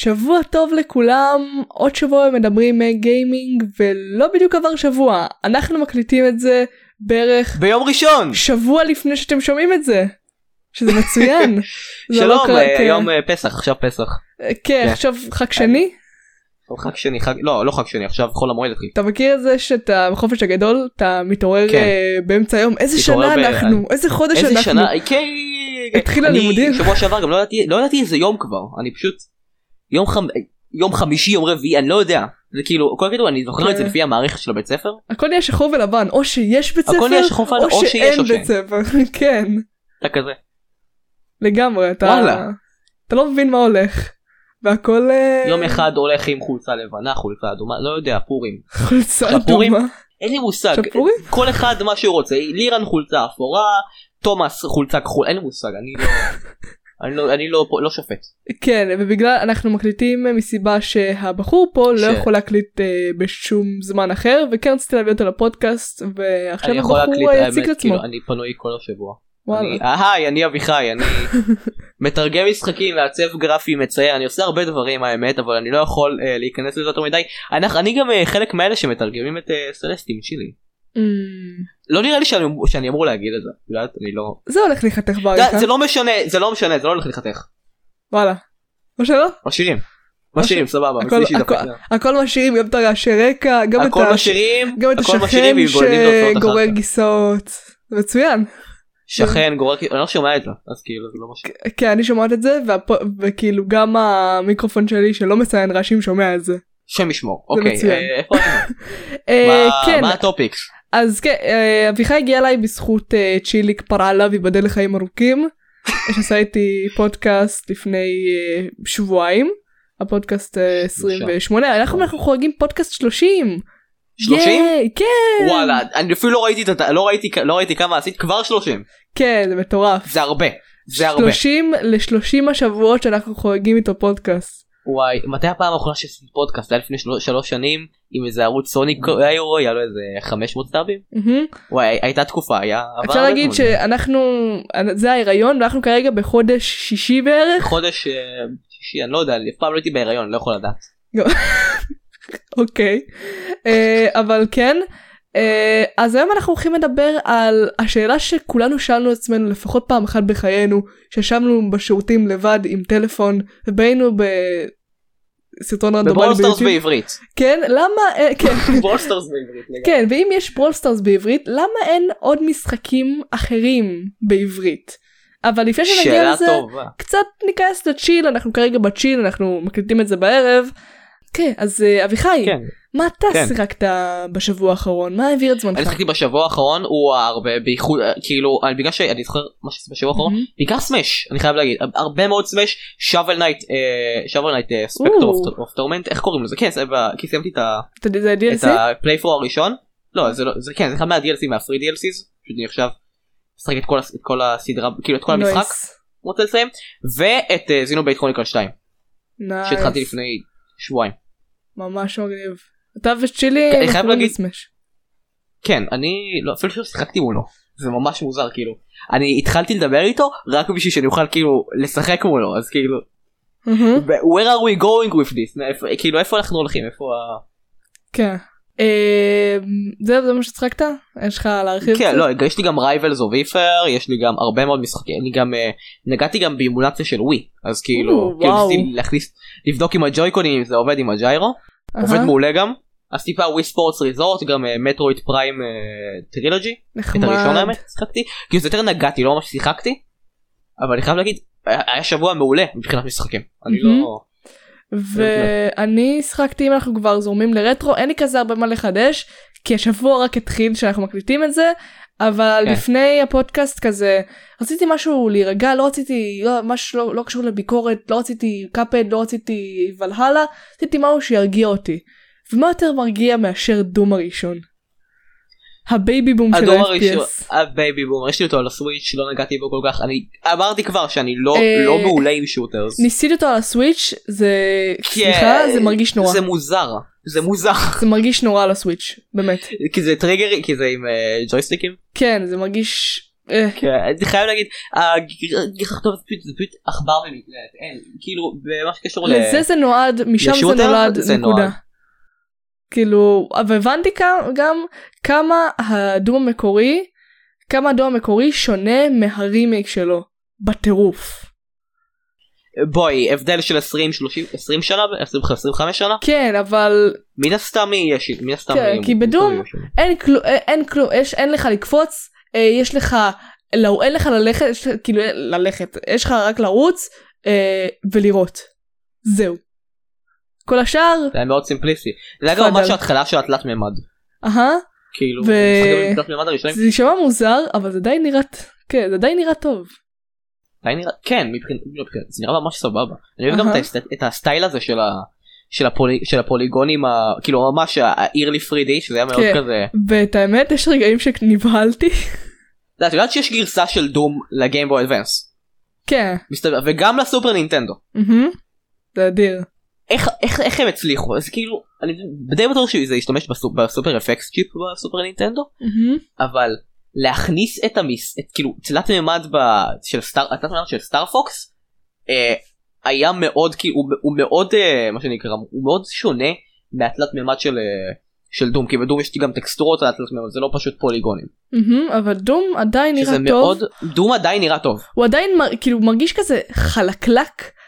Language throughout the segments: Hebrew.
שבוע טוב לכולם, עוד שבוע מדברים גיימינג ולא בדיוק עבר שבוע, אנחנו מקליטים את זה בערך ביום ראשון, שבוע לפני שאתם שומעים את זה, שזה מצוין. שלום, היום פסח, עכשיו פסח. כן, עכשיו חג שני? חג שני, לא חג שני, עכשיו חול המועד התחיל. אתה מכיר את זה שאתה בחופש הגדול, אתה מתעורר באמצע היום, איזה שנה אנחנו, איזה חודש אנחנו. איזה שנה, כן. התחיל הלימודים. שבוע שעבר גם לא ידעתי איזה יום כבר, אני פשוט יום חמישי, יום רביעי, אני לא יודע. זה כאילו, כל כדור, אני זוכר את זה לפי המערכת של הבית ספר. הכל נהיה שחור ולבן, או שיש בית ספר, או שאין בית ספר. כן. אתה כזה. לגמרי, אתה לא מבין מה הולך. והכל... יום אחד הולך עם חולצה לבנה, חולצה אדומה, לא יודע, פורים. חולצה אדומה? אין לי מושג. כל אחד מה שהוא רוצה. לירן חולצה אפורה, תומאס חולצה כחול, אין לי מושג, אני לא שופט. כן, ובגלל אנחנו מקליטים מסיבה שהבחור פה לא יכול להקליט בשום זמן אחר, וכן רציתי להביא אותו לפודקאסט, ועכשיו הבחור יציג לעצמו. אני פנוי כל השבוע. היי, אני אביחי, אני מתרגם משחקים, מעצב גרפי, מצייר, אני עושה הרבה דברים האמת, אבל אני לא יכול להיכנס לזה יותר מדי. אני גם חלק מאלה שמתרגמים את סלסטים שלי. לא נראה לי שאני אמור להגיד את זה. אני לא... זה הולך להיחתך בעריכה. זה לא משנה, זה לא הולך להיחתך. וואלה. מה שלא? משאירים, סבבה. הכל משאירים, גם את הרעשי רקע, גם את השכן שגורר גיסאות. מצוין. שכן גורר, אני לא שומע את זה, אז כאילו זה לא משהו. כן, אני שומעת את זה, וכאילו גם המיקרופון שלי שלא מציין רעשים שומע את זה. שם ישמור, אוקיי, איפה אני? מה הטופיקס? אז כן, אביחי הגיע אליי בזכות צ'יליק פרעלה ויבדל לחיים ארוכים, שעשה איתי פודקאסט לפני שבועיים, הפודקאסט 28, אנחנו חוגגים פודקאסט 30. 30? כן. וואלה, אני אפילו לא ראיתי כמה עשית, כבר 30. כן, זה מטורף. זה הרבה. 30 ל-30 השבועות שאנחנו חוגגים איתו פודקאסט. וואי, מתי הפעם האחרונה שעשיתי פודקאסט? זה היה לפני 3 שנים, עם איזה ערוץ סוני, היה לו איזה 500 סטאבים. וואי, הייתה תקופה, היה... אפשר להגיד שאנחנו, זה ההיריון, ואנחנו כרגע בחודש שישי בערך. חודש שישי, אני לא יודע, אף פעם לא הייתי בהיריון, לא יכול לדעת. אוקיי, אבל כן, אז היום אנחנו הולכים לדבר על השאלה שכולנו שאלנו עצמנו לפחות פעם אחת בחיינו, שישבנו בשירותים לבד עם טלפון וביינו בסרטון רנדומלי בברולסטארס בעברית. כן, למה, כן, ברולסטארס בעברית. כן, ואם יש ברולסטארס בעברית, למה אין עוד משחקים אחרים בעברית? אבל לפני שנגיע לזה, קצת ניכנס לצ'יל, אנחנו כרגע בצ'יל, אנחנו מקליטים את זה בערב. כן, אז אביחי, מה אתה שיחקת בשבוע האחרון? מה העביר את זמנך? אני שיחקתי בשבוע האחרון, הוא הרבה, בייחוד, כאילו, בגלל שאני זוכר מה שעשיתי בשבוע האחרון, בעיקר סמש, אני חייב להגיד, הרבה מאוד סמש, שובל נייט ספקטור אוף טורמנט, איך קוראים לזה? כן, כי סיימתי את הפלייפור הראשון, לא, זה כן, זה אחד מה-DLC, מה-free DLCs, פשוט אני עכשיו משחק את כל הסדרה, כאילו את כל המשחק, רוצה לסיים, ואת זינובלייד כרוניקל 2, שהתחלתי לפני שבועיים. ממש מגניב. אתה וצ'ילי אני חייב להגיד סמש. כן, אני אפילו שלא שיחקתי מולו, זה ממש מוזר, כאילו אני התחלתי לדבר איתו רק בשביל שאני אוכל כאילו לשחק מולו, אז כאילו where are we going with this, כאילו איפה אנחנו הולכים, איפה כן, זה מה שצחקת? יש לך להרחיב? כן, לא, יש לי גם Rivals of Aether, יש לי גם הרבה מאוד משחקים, אני גם נגעתי גם באימולציה של ווי, אז כאילו להכניס, לבדוק עם הג'ויקונים אם זה עובד עם הג'יירו, עובד מעולה גם, אז טיפה ווי ספורטס ריזורט, גם מטרויד פריים טרילוגי, את הראשון האמת שיחקתי, כאילו זה יותר נגעתי, לא ממש שיחקתי, אבל אני חייב להגיד, היה שבוע מעולה מבחינת משחקים, אני לא... ואני שחקתי, אם אנחנו כבר זורמים לרטרו, אין לי כזה הרבה מה לחדש, כי השבוע רק התחיל שאנחנו מקליטים את זה, אבל לפני הפודקאסט כזה, רציתי משהו להירגע, לא רציתי, משהו לא קשור לביקורת, לא רציתי קאפד, לא רציתי ולהלה, רציתי משהו שירגיע אותי. ומה יותר מרגיע מאשר דום הראשון? הבייבי בום של ה-FPS. הבייבי בום, יש לי אותו על הסוויץ', לא נגעתי בו כל כך, אני אמרתי כבר שאני לא מעולה עם שוטרס. ניסיתי אותו על הסוויץ', סליחה, זה מרגיש נורא. זה מוזר. זה מרגיש נורא על הסוויץ', באמת. כי זה טריגרי, כי זה עם ג'ויסטיקים? כן, זה מרגיש אני חייב להגיד, גיחך טוב זה פשוט עכבר במקלט, כאילו במה שקשור לזה זה נועד, משם זה נולד, נקודה. כאילו, והבנתי גם כמה הדום המקורי שונה מהרימייק שלו, בטירוף. בואי, הבדל של 20 שנה, 25 שנה? כן, אבל... מן הסתם יש, כי בדום אין לך לקפוץ, יש לך, אין לך ללכת, יש לך רק לרוץ ולראות. זהו. כל השאר... זה היה מאוד סימפליסטי. זה היה גם ממש ההתחלה של התלת ממד. כאילו, זה נשמע מוזר, אבל זה די נראה טוב. כן, זה נראה ממש סבבה. אני אוהב גם את הסטייל הזה של הפוליגונים, כאילו ממש ה-early 3D, שזה היה מאוד כזה. ואת האמת, יש רגעים שנבהלתי. את יודעת שיש גרסה של דום לגיים בוי אדוונס? כן. וגם לסופר נינטנדו. זה אדיר. איך הם הצליחו? אז כאילו, אני די בטוח שזה ישתמש בסופר אפקס צ'יפ בסופר נינטנדו, אבל להכניס את כאילו תלת ממד של סטאר פוקס היה מאוד, כאילו הוא מאוד, מה שנקרא, הוא מאוד שונה מהתלת ממד של דום, כי בדום יש גם טקסטורות על התלת ממד, זה לא פשוט פוליגונים. אבל דום עדיין נראה טוב. דום עדיין נראה טוב. הוא עדיין כאילו מרגיש כזה חלקלק.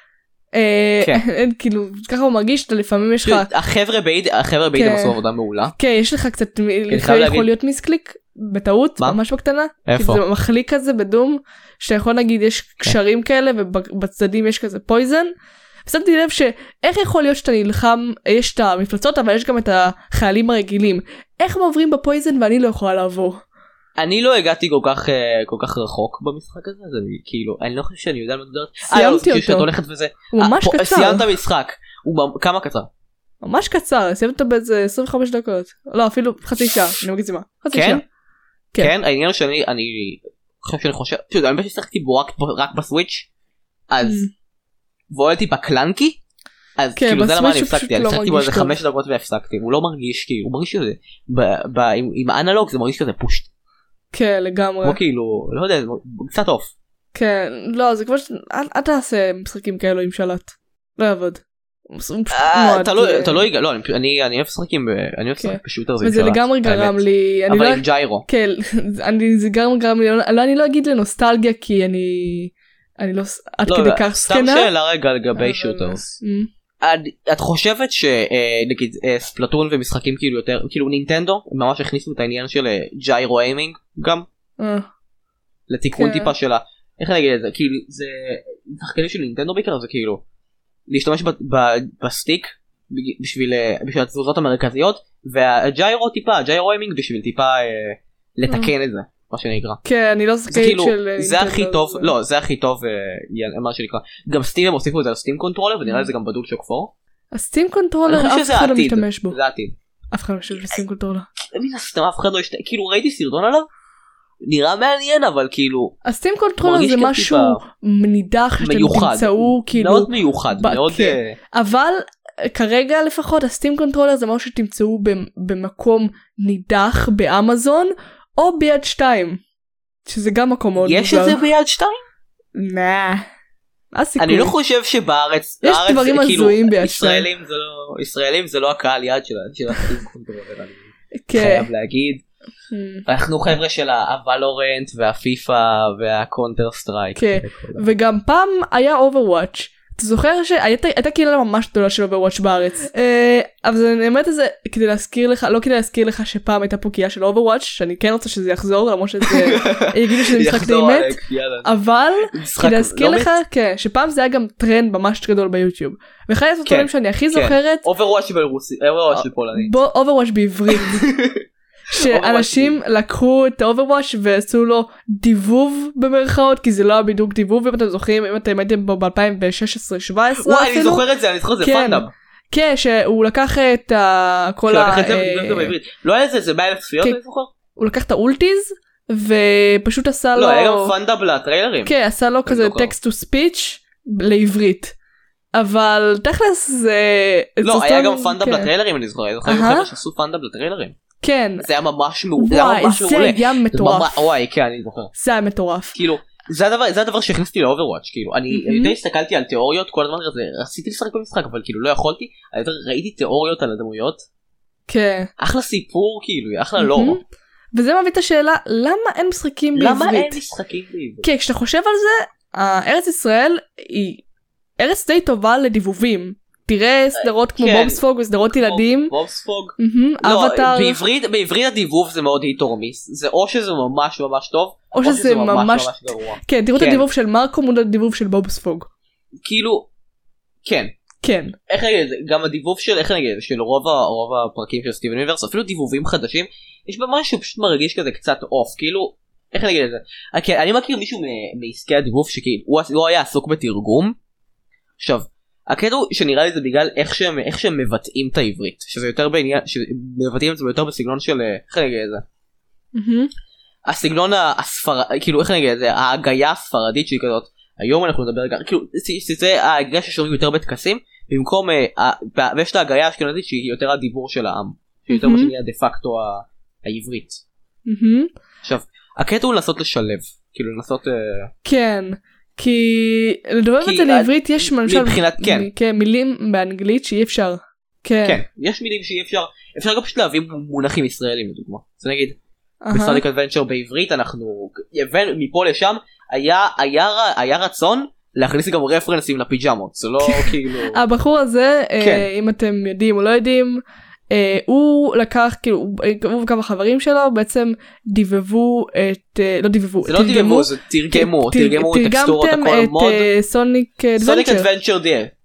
כאילו ככה הוא מרגיש, לפעמים יש לך החבר'ה בעיד עשו עבודה מעולה. כן, יש לך קצת יכול להיות מיסקליק בטעות ממש בקטנה, איפה? זה מחליק כזה בדום שיכול להגיד יש קשרים כאלה ובצדדים יש כזה פויזן. ושמתי לב שאיך יכול להיות שאתה נלחם, יש את המפלצות אבל יש גם את החיילים הרגילים, איך הם עוברים בפויזן ואני לא יכולה לעבור. אני לא הגעתי כל כך רחוק במשחק הזה, אז אני כאילו, אני לא חושב שאני יודע על מה מדברת. סיימתי אותו. הוא ממש קצר. סיימת משחק. כמה קצר? ממש קצר, סיימת אותו באיזה 25 דקות. לא, אפילו חצי שעה, אני מגזימה. כן? כן, העניין שאני חושב, פשוט, אני באמת ששחקתי בו רק בסוויץ', אז והוא היה טיפה קלנקי, אז כאילו זה למה אני הפסקתי, אני שחקתי בו איזה 5 דקות והפסקתי, הוא לא מרגיש כאילו, הוא מרגיש שזה, עם האנלוג זה מרגיש כזה פושט. כן, לגמרי. כמו כאילו, לא יודע, קצת אוף. כן, לא, זה כמו אל תעשה משחקים כאלו עם שלט. לא יעבוד. אתה לא ייגע, לא, אני אוהב משחקים, אני אוהב משחק פשוט. וזה לגמרי גרם לי... אבל עם ג'יירו. כן, זה גם גרם לי, אני לא אגיד לנוסטלגיה, כי אני לא עד כדי כך סקנה. סתם שאלה רגע לגבי שוטרס. את חושבת שנגיד ספלטון ומשחקים כאילו יותר, כאילו נינטנדו ממש הכניסו את העניין של ג'יירו איימינג גם לתיקון טיפה שלה, איך אני אגיד את זה, כאילו זה שחקנים של נינטנדו בעיקר, זה כאילו להשתמש בסטיק בשביל התזוזות המרכזיות, והג'יירו טיפה, ג'יירו איימינג בשביל טיפה לתקן את זה, מה שנקרא. כן, אני לא זכאית של... זה הכי טוב, לא, זה הכי טוב, מה שנקרא. גם סטים הם הוסיפו את זה על סטים קונטרולר, ונראה את זה גם בדוק שוק 4. הסטים קונטרולר, אף אחד לא משתמש בו. זה העתיד. אף אחד לא משתמש בסטים קונטרולר. אף אחד לא ישתמש, כאילו ראיתי סרטון עליו, נראה מעניין, אבל כאילו... הסטים קונטרולר זה משהו נידח, שאתם תמצאו, כאילו... מאוד מיוחד, מאוד... אבל... כרגע לפחות הסטים קונטרולר זה משהו שתמצאו במקום נידח באמזון או ביד 2, שזה גם מקום מאוד יש את זה ביד 2? אני לא חושב שבארץ יש דברים הזויים ביד 2. ישראלים זה לא הקהל יד של הסטים קונטרולר, אני חייב להגיד. אנחנו חבר'ה של הוולורנט והפיפה והקונטר סטרייק. וגם פעם היה אוברוואץ'. אתה זוכר שהייתה קהילה ממש גדולה של אוברוואץ' בארץ, אבל זה באמת איזה כדי להזכיר לך, לא כדי להזכיר לך שפעם הייתה פה קהילה של אוברוואץ' שאני כן רוצה שזה יחזור, למרות שזה יגידו שזה משחק די מת, אבל כדי להזכיר לך שפעם זה היה גם טרנד ממש גדול ביוטיוב, ואחד הסרטונים שאני הכי זוכרת, אוברוואץ' ברוסי, אוברוואץ' בפולנית, אוברוואץ' בעברית, שאנשים לקחו את האוברוואץ' ועשו לו דיבוב במרכאות, כי זה לא היה בדיוק דיבוב, אם אתם זוכרים, אם אתם הייתם בו ב-2016-2017 וואי, אני זוכר את זה, זה פאנדאם. כן, שהוא לקח את כל לא היה זה 100,000 צפיות, אני זוכר? הוא לקח את האולטיז ופשוט עשה לו... לא, היה גם פאנדאם לטריילרים. כן, עשה לו כזה טקסט טו ספיץ' לעברית. אבל תכלס זה... לא, היה גם פאנדאב לטריילרים, אני זוכר חבר'ה שעשו פאנדאב לטריילרים. כן. זה היה ממש מעולה. וואי, זה היה מטורף. וואי, כן, אני זוכר. זה היה מטורף. כאילו, זה הדבר שהכנסתי לאוברוואץ', כאילו, אני יותר הסתכלתי על תיאוריות, כל הדבר הזה, רציתי לשחק במשחק, אבל כאילו לא יכולתי, אני יותר ראיתי תיאוריות על הדמויות. כן. אחלה סיפור, כאילו, אחלה לא. וזה מביא את השאלה, למה אין משחקים בעברית? למה אין משחקים בעברית? כן, כשאתה חושב על זה, ארץ ישראל היא ארץ די טובה לדיבובים. תראה סדרות כמו בובספוג וסדרות ילדים. בובספוג. אבטר. בעברית הדיבוב זה מאוד היטורמיס. זה או שזה ממש ממש טוב, או שזה ממש גרוע. כן, תראו את הדיבוב של מרקו מול הדיבוב של בובספוג. כאילו, כן. כן. איך נגיד את זה? גם הדיבוב של, איך נגיד את זה? של רוב הפרקים של סטיבן יוניברס, אפילו דיבובים חדשים, יש בה משהו פשוט מרגיש כזה קצת אוף, כאילו, איך נגיד את זה? אני מכיר מישהו מעסקי הדיבוב שכאילו, הוא היה עסוק בתרגום. עכשיו, הקטע הוא שנראה לי זה בגלל איך שהם מבטאים את העברית, שזה יותר בעניין, שמבטאים את זה יותר בסגנון של, איך נגיד את זה? הסגנון הספרדי, כאילו, איך נגיד את זה? ההגיה הספרדית שהיא כזאת, היום אנחנו נדבר גם, כאילו, זה ההגיה ששומעים יותר בטקסים, במקום, ויש לה הגיה האשכנזית שהיא יותר הדיבור של העם, שהיא יותר מה שנהיה דה פקטו העברית. עכשיו, הקטע הוא לנסות לשלב, כאילו לנסות... כן, כי לדבר את זה לעברית יש למשל מילים באנגלית שאי אפשר. כן, יש מילים שאי אפשר, אפשר גם פשוט להביא מונחים ישראלים לדוגמה. זה נגיד, בסוניק אדוונצ'ר בעברית אנחנו, מפה לשם, היה רצון להכניס גם רפרנסים לפיג'מות, זה לא כאילו... הבחור הזה, אם אתם יודעים או לא יודעים, הוא לקח, כאילו, הוא וכמה חברים שלו בעצם דיבבו את, לא דיבבו, זה לא דיבבו, זה תרגמו טקסטורות הכל מוד. תרגמתם את סוניק אדוונצ'ר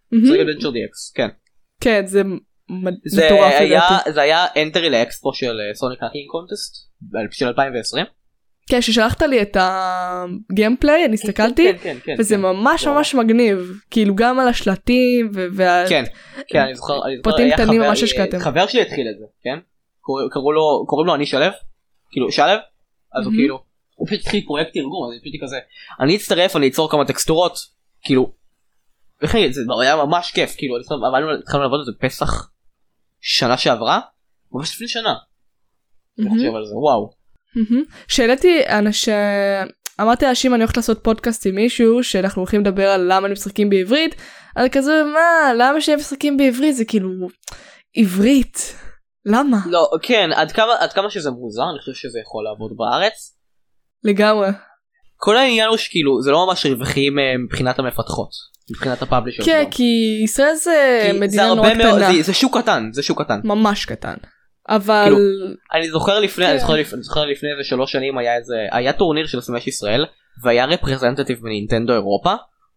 DX, כן. כן, זה מטורף לדעתי. זה היה אנטרי לאקספו של סוניק האקינג קונטסט, של 2020. כן, ששלחת לי את הגיימפליי, אני הסתכלתי, וזה ממש ממש מגניב, כאילו גם על השלטים, כן, אני זוכר, פרטים קטנים ממש השקעתם. חבר שלי התחיל את זה, כן? קוראים לו אני שלב, כאילו שלב, אז הוא כאילו, הוא פשוט התחיל פרויקט תרגום, אז פשוט כזה, אני אצטרף, אני אצור כמה טקסטורות, כאילו, זה היה ממש כיף, כאילו, התחלנו לעבוד על זה פסח שנה שעברה, ממש לפני שנה, אני חושב על זה, וואו. שאלתי אמרתי לאנשים אני הולכת לעשות פודקאסט עם מישהו שאנחנו הולכים לדבר על למה הם משחקים בעברית, אז כזה מה למה שהם משחקים בעברית, זה כאילו עברית למה? לא כן, עד כמה שזה מוזר אני חושב שזה יכול לעבוד בארץ לגמרי. כל העניין הוא שכאילו זה לא ממש רווחים מבחינת המפתחות, מבחינת הפאבלישר. כן, כי ישראל זה מדינה נורא קטנה, זה שוק קטן ממש קטן. אבל כאילו, אני זוכר לפני איזה 3 שנים היה טורניר של סמאש ישראל והיה רפרזנטטיב בנינטנדו אירופה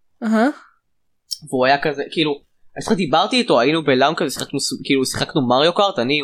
והוא היה כזה כאילו דיברתי איתו, היינו בלאון כזה, שיחקנו מריו קארט, אני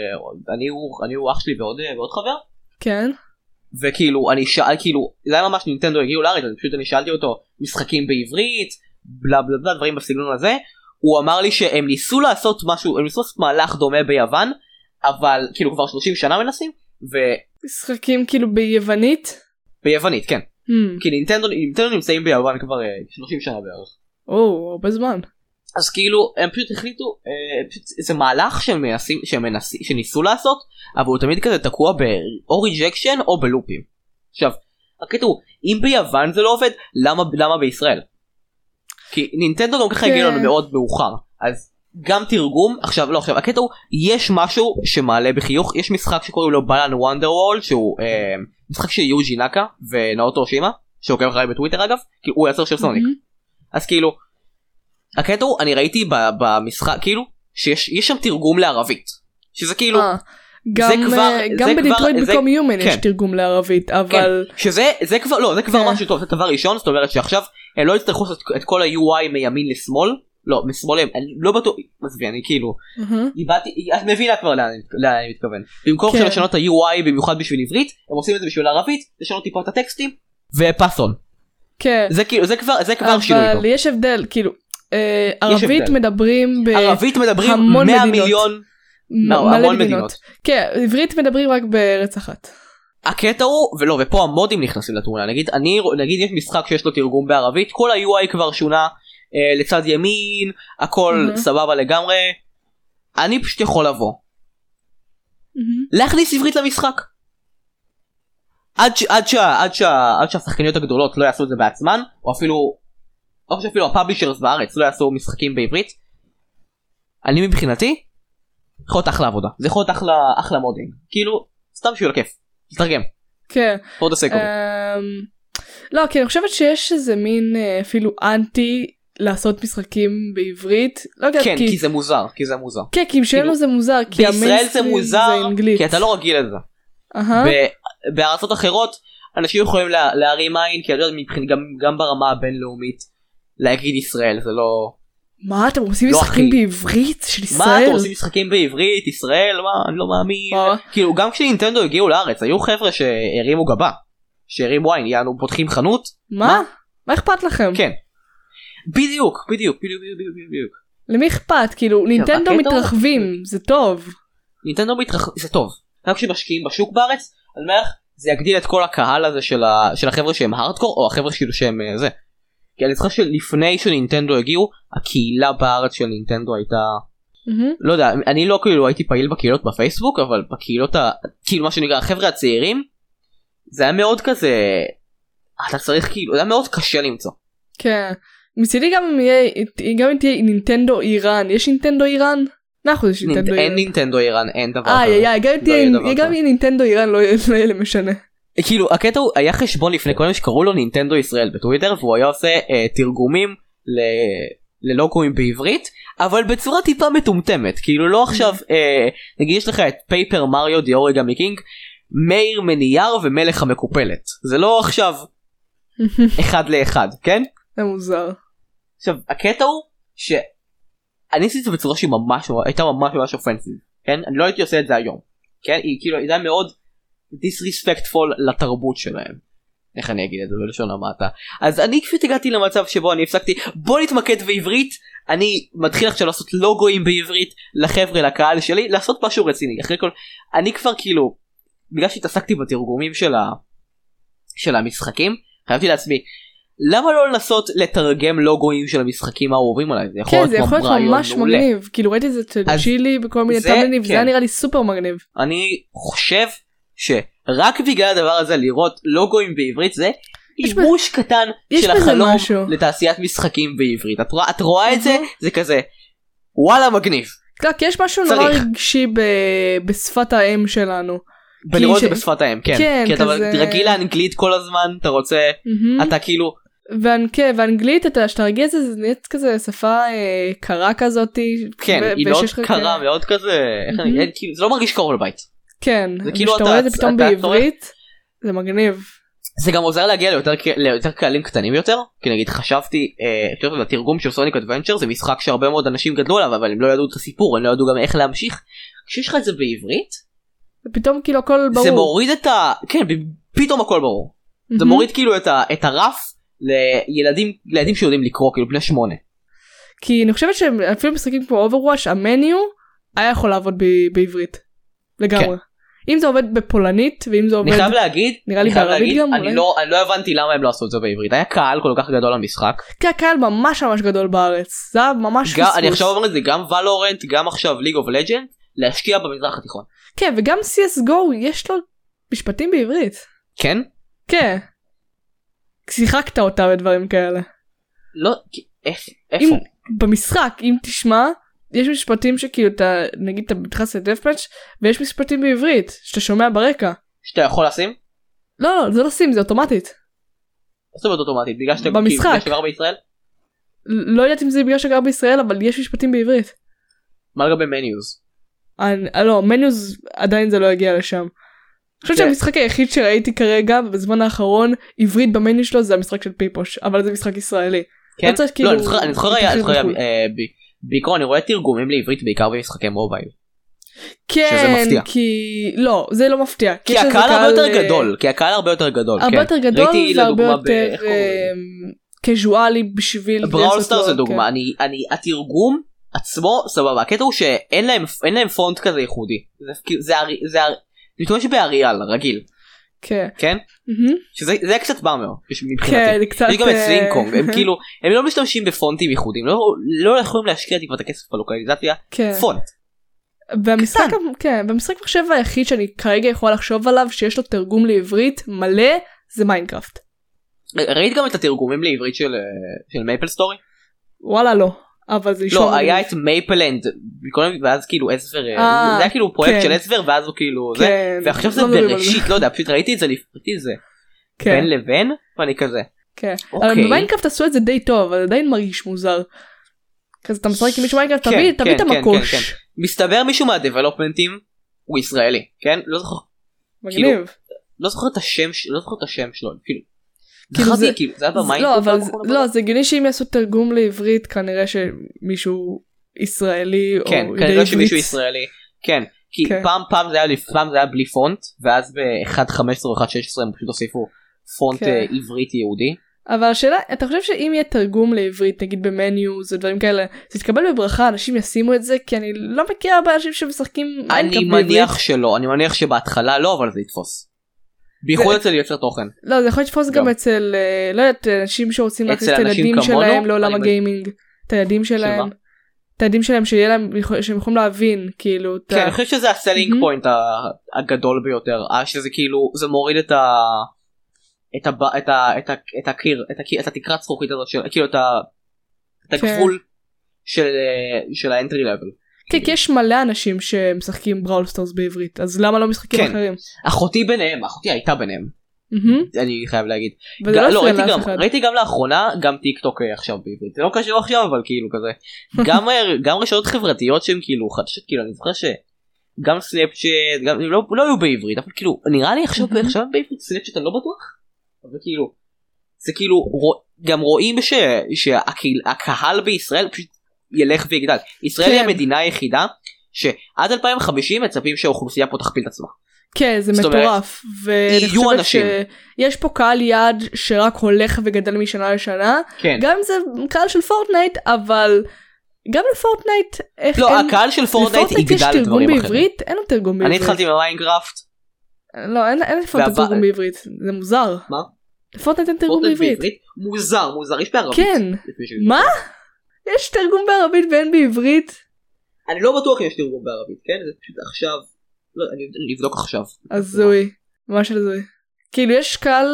הוא אח שלי ועוד חבר כן, וכאילו אני שאל, כאילו זה היה ממש נינטנדו הגיעו לארץ, פשוט אני שאלתי אותו משחקים בעברית בלה בלה בלה דברים בסגנון הזה, הוא אמר לי שהם ניסו לעשות משהו, הם ניסו לעשות מהלך דומה ביוון אבל כאילו כבר 30 שנה מנסים משחקים כאילו ביוונית? ביוונית כן, כי נינטנדו נמצאים ביוון כבר 30 שנה בערך. הרבה זמן. אז כאילו הם פשוט החליטו, זה מהלך שניסו לעשות אבל הוא תמיד כזה תקוע או ריג'קשן או בלופים. עכשיו הקטע הוא אם ביוון זה לא עובד למה בישראל? כי נינטנדו גם ככה הגיע לנו מאוד מאוחר, אז גם תרגום, עכשיו הקטע הוא, יש משהו שמעלה בחיוך, יש משחק שקוראים לו בלן וונדרוול, שהוא משחק של יוג'י נאקה ונאוטו אושימה, שעוקב אחרי בטוויטר אגב, כי הוא יצר של סוניק. אז כאילו, הקטע הוא, אני ראיתי במשחק, כאילו, שיש שם תרגום לערבית, שזה כאילו, גם בדיטרויט בקום יומן יש תרגום לערבית, אבל... שזה כבר משהו טוב, זה דבר ראשון, זאת אומרת שעכשיו הם לא יצטרכו את כל ה-UI מימין לשמאל, לא, משמאלם, אני לא בטוח, מסבי, אני כאילו, את מבינה כבר לאן אני מתכוון. במקום של לשנות ה-UI במיוחד בשביל עברית, הם עושים את זה בשביל ערבית, לשנות טיפה את הטקסטים, ופסון. כן. זה כבר שינוי. אבל יש הבדל, כאילו, ערבית מדברים 100 מיליון, המון מדינות. כן, עברית מדברים רק בארץ אחת. הקטע הוא, ופה המודים נכנסים לתמונה, נגיד יש משחק שיש לו תרגום בערבית, כל ה-UI כבר שונה, לצד ימין, הכל סבבה לגמרי, אני פשוט יכול לבוא. להכניס עברית למשחק. עד שהשחקניות הגדולות לא יעשו את זה בעצמן, או אפילו הפאבלישרס בארץ לא יעשו משחקים בעברית, אני מבחינתי, יכול להיות אחלה עבודה. זה יכול להיות אחלה מודינג. כאילו, סתם שיהיה לכיף. תתרגם. כן. עוד הסקום. לא, כי אני חושבת שיש איזה מין אפילו אנטי לעשות משחקים בעברית. כן, כי זה מוזר. כן, כי בשבילנו זה מוזר. בישראל זה מוזר, כי אתה לא רגיל לזה. בארצות אחרות, אנשים יכולים להרים עין, כי גם ברמה הבינלאומית, להגיד ישראל, זה לא... מה, אתם עושים משחקים בעברית של ישראל? מה, אתם עושים משחקים בעברית, ישראל? מה, אני לא מאמין. כאילו, גם כשנינטנדו הגיעו לארץ, היו חבר'ה שהרימו גבה, שהרימו עין, יענו פותחים חנות. מה? מה אכפת לכם? כן. בדיוק. למי אכפת? כאילו, נינטנדו מתרחבים, זה טוב. נינטנדו מתרחבים, זה טוב. רק כשמשקיעים בשוק בארץ, אני אומר, זה יגדיל את כל הקהל הזה של החבר'ה שהם הארדקור, או החבר'ה שהם זה. כי אני זוכר שלפני שנינטנדו הגיעו, הקהילה בארץ של נינטנדו הייתה, לא יודע, אני לא כאילו הייתי פעיל בקהילות בפייסבוק, אבל בקהילות, כאילו מה שנקרא, החבר'ה הצעירים, זה היה מאוד כזה, אתה צריך כאילו, זה היה מאוד קשה למצוא. כן, מצידי גם אם תהיה נינטנדו איראן, יש נינטנדו איראן? נכון, יש נינטנדו איראן. אין נינטנדו איראן, אין דבר כזה. גם אם נינטנדו איראן לא יהיה משנה. כאילו הקטע הוא היה חשבון לפני כל מה שקראו לו נינטנדו ישראל בטוויטר, והוא היה עושה תרגומים ללוגוים בעברית, אבל בצורה טיפה מטומטמת. כאילו לא עכשיו, נגיד יש לך את פייפר מריו די אוריגמי קינג, מאיר מנייר ומלך המקופלת, זה לא עכשיו אחד לאחד, כן? זה מוזר. עכשיו הקטע הוא שאני עשיתי את זה בצורה שהיא ממש הייתה ממש אופנסיב, כן? אני לא הייתי עושה את זה היום, כן? היא כאילו הייתה מאוד disrespectful לתרבות שלהם. איך אני אגיד את זה בלשון המעטה? אז אני פשוט הגעתי למצב שבו אני הפסקתי, בוא נתמקד בעברית, אני מתחיל עכשיו לעשות לוגוים בעברית לחבר'ה, לקהל שלי, לעשות משהו רציני. אחרי כל, אני כבר כאילו, בגלל שהתעסקתי בתרגומים של המשחקים, חייבתי לעצמי, למה לא לנסות לתרגם לוגוים של המשחקים האהובים עליי? זה יכול להיות ממש מגניב. כאילו ראיתי את זה צ'ילי בכל מיני טאמלנים, זה היה נראה לי סופר מגניב. אני חושב שרק בגלל הדבר הזה לראות לוגוים בעברית זה איבוש קטן של החלום לתעשיית משחקים בעברית. את רואה את זה, זה כזה וואלה מגניב. כי יש משהו נורא רגשי בשפת האם שלנו. בלראות את זה בשפת האם, כן. כי אתה רגיל לאנגלית כל הזמן, אתה רוצה, אתה כאילו... ואנגלית, שאתה רגיל את זה, זה נהיית כזה שפה קרה כזאת. כן, היא מאוד קרה, מאוד כזה, זה לא מרגיש קרוב לבית. כן, כשאתה רואה את זה פתאום בעברית, זה מגניב. זה גם עוזר להגיע ליותר קהלים קטנים יותר, כי נגיד חשבתי, התרגום של סוניק אדוונצ'ר זה משחק שהרבה מאוד אנשים גדלו עליו, אבל הם לא ידעו את הסיפור, הם לא ידעו גם איך להמשיך. כשיש לך את זה בעברית, ופתאום כאילו הכל ברור. זה מוריד את כן, פתאום הכל ברור. זה מוריד כאילו את הרף לילדים שיודעים לקרוא, כאילו בני 8. כי אני חושבת שאפילו משחקים כמו Overwatch, המניו היה יכול לעבוד בעברית. לגמרי. אם זה עובד בפולנית, ואם זה עובד... אני חייב להגיד, נראה לי בערבית גם. אני לא הבנתי למה הם לא עשו את זה בעברית. היה קהל כל כך גדול למשחק. כי הקהל ממש גדול בארץ. זה היה ממש פספוס. אני עכשיו אומר את זה, גם ולורנט, גם עכשיו ליג אוף לג'נד, להשקיע במזרח התיכון. כן, וגם CSGO יש לו משפטים בעברית. כן? כן. שיחקת אותה בדברים כאלה. לא, איפה? במשחק, אם תשמע, יש משפטים שכאילו אתה, נגיד אתה מתחס לדפמץ' ויש משפטים בעברית, שאתה שומע ברקע. שאתה יכול לשים? לא, זה לא שים, זה אוטומטית. זאת אומרת אוטומטית, בגלל שאתה גר בישראל? לא יודעת אם זה בגלל שאתה גר בישראל, אבל יש משפטים בעברית. מה לגבי מניוז? לא, מניוז עדיין זה לא הגיע לשם. אני חושבת שהמשחק היחיד שראיתי כרגע בזמן האחרון עברית במניו שלו זה המשחק של פיפוש, אבל זה משחק ישראלי. כן? לא, אני זוכר בעיקרון אני רואה תרגומים לעברית בעיקר במשחקי מובייל. כן, כי לא, זה לא מפתיע. כי הקהל הרבה יותר גדול. הרבה יותר גדול והרבה יותר קזואלי בשביל... בראול סטארס זה דוגמה, התרגום עצמו סבבה, הקטע הוא שאין להם פונט כזה ייחודי. זה מתכוון שבאריאל רגיל. כן? שזה קצת באמר מבחינתי. יש גם את סלינקונג, הם כאילו, הם לא משתמשים בפונטים ייחודים, לא יכולים להשקיע את הכסף בלוקליזציה, פונט. והמשחק מחשב היחיד שאני כרגע יכול לחשוב עליו שיש לו תרגום לעברית מלא זה מיינקראפט. ראית גם את התרגומים לעברית של מייפל סטורי? וואלה לא. אבל זה לא, היה את מייפלנד ואז כאילו אסבר, זה היה כאילו פרויקט של אסבר ואז הוא כאילו זה, ועכשיו זה בראשית, לא יודע, פשוט ראיתי את זה בין לבין ואני כזה. אבל במיינקראפט עשו את זה די טוב, אבל עדיין מרגיש מוזר. כזה אתה משחק עם מישהו מיינקראפט, תביא את המקוש. מסתבר מישהו מהדבלופמנטים הוא ישראלי, כן? לא זוכר. מגניב. לא זוכר את השם שלו, כאילו. זה היה במיינקראפט. לא, זה הגיוני שאם יעשו תרגום לעברית כנראה שמישהו ישראלי או כן, כנראה שמישהו ישראלי, כן, כי פעם זה היה בלי פונט ואז ב-1.15 או 1.16 הם פשוט הוסיפו פונט עברית יהודי. אבל השאלה, אתה חושב שאם יהיה תרגום לעברית נגיד במניוז ודברים כאלה זה יתקבל בברכה, אנשים ישימו את זה, כי אני לא מכיר הרבה אנשים שמשחקים אני מניח שלא, אני מניח שבהתחלה לא, אבל זה יתפוס בייחוד אצל יוצר תוכן. לא, זה יכול לתפוס גם אצל, לא יודעת, אנשים שרוצים להכניס את הילדים שלהם לעולם הגיימינג, את הילדים שלהם שיהיה להם, שהם יכולים להבין, כאילו. כן, אני חושב שזה הסלינג פוינט הגדול ביותר, שזה כאילו, זה מוריד את התקרת זכוכית הזאת, כאילו את הגבול של האנטרי לבל. כן, כי יש מלא אנשים שמשחקים בראול סטארס בעברית, אז למה לא משחקים אחרים? אחותי הייתה ביניהם. אני חייב להגיד. ראיתי גם לאחרונה, גם טיק טוק עכשיו בעברית. זה לא קשור עכשיו, אבל כאילו כזה. גם רשתות חברתיות שהן כאילו חדשות, כאילו אני זוכר שגם סנאפצ'אט, לא היו בעברית, אבל כאילו, נראה לי עכשיו בעברית סנאפצ'אט אני לא בטוח. אבל כאילו, זה כאילו, גם רואים שהקהל בישראל פשוט ילך ויגדל. ישראל היא המדינה היחידה שעד 2050 מצפים שהאוכלוסייה פה תכפיל את עצמה. כן, זה מטורף. יהיו אנשים. יש פה קהל יעד שרק הולך וגדל משנה לשנה. גם אם זה קהל של פורטנייט, אבל גם לפורטנייט... לא, הקהל של פורטנייט יגדל לדברים אחרים. בעברית? אין לו תרגום בעברית. אני התחלתי במיינקראפט. לא, אין לפורטנייט תרגום בעברית. זה מוזר. מה? לפורטנייט אין תרגום בעברית. מוזר, יש בערבית. כן. מה? יש תרגום בערבית ואין בעברית? אני לא בטוח אם יש תרגום בערבית, כן? זה פשוט עכשיו, לא, אני אבדוק עכשיו. הזוי, ממש הזוי. כאילו יש קהל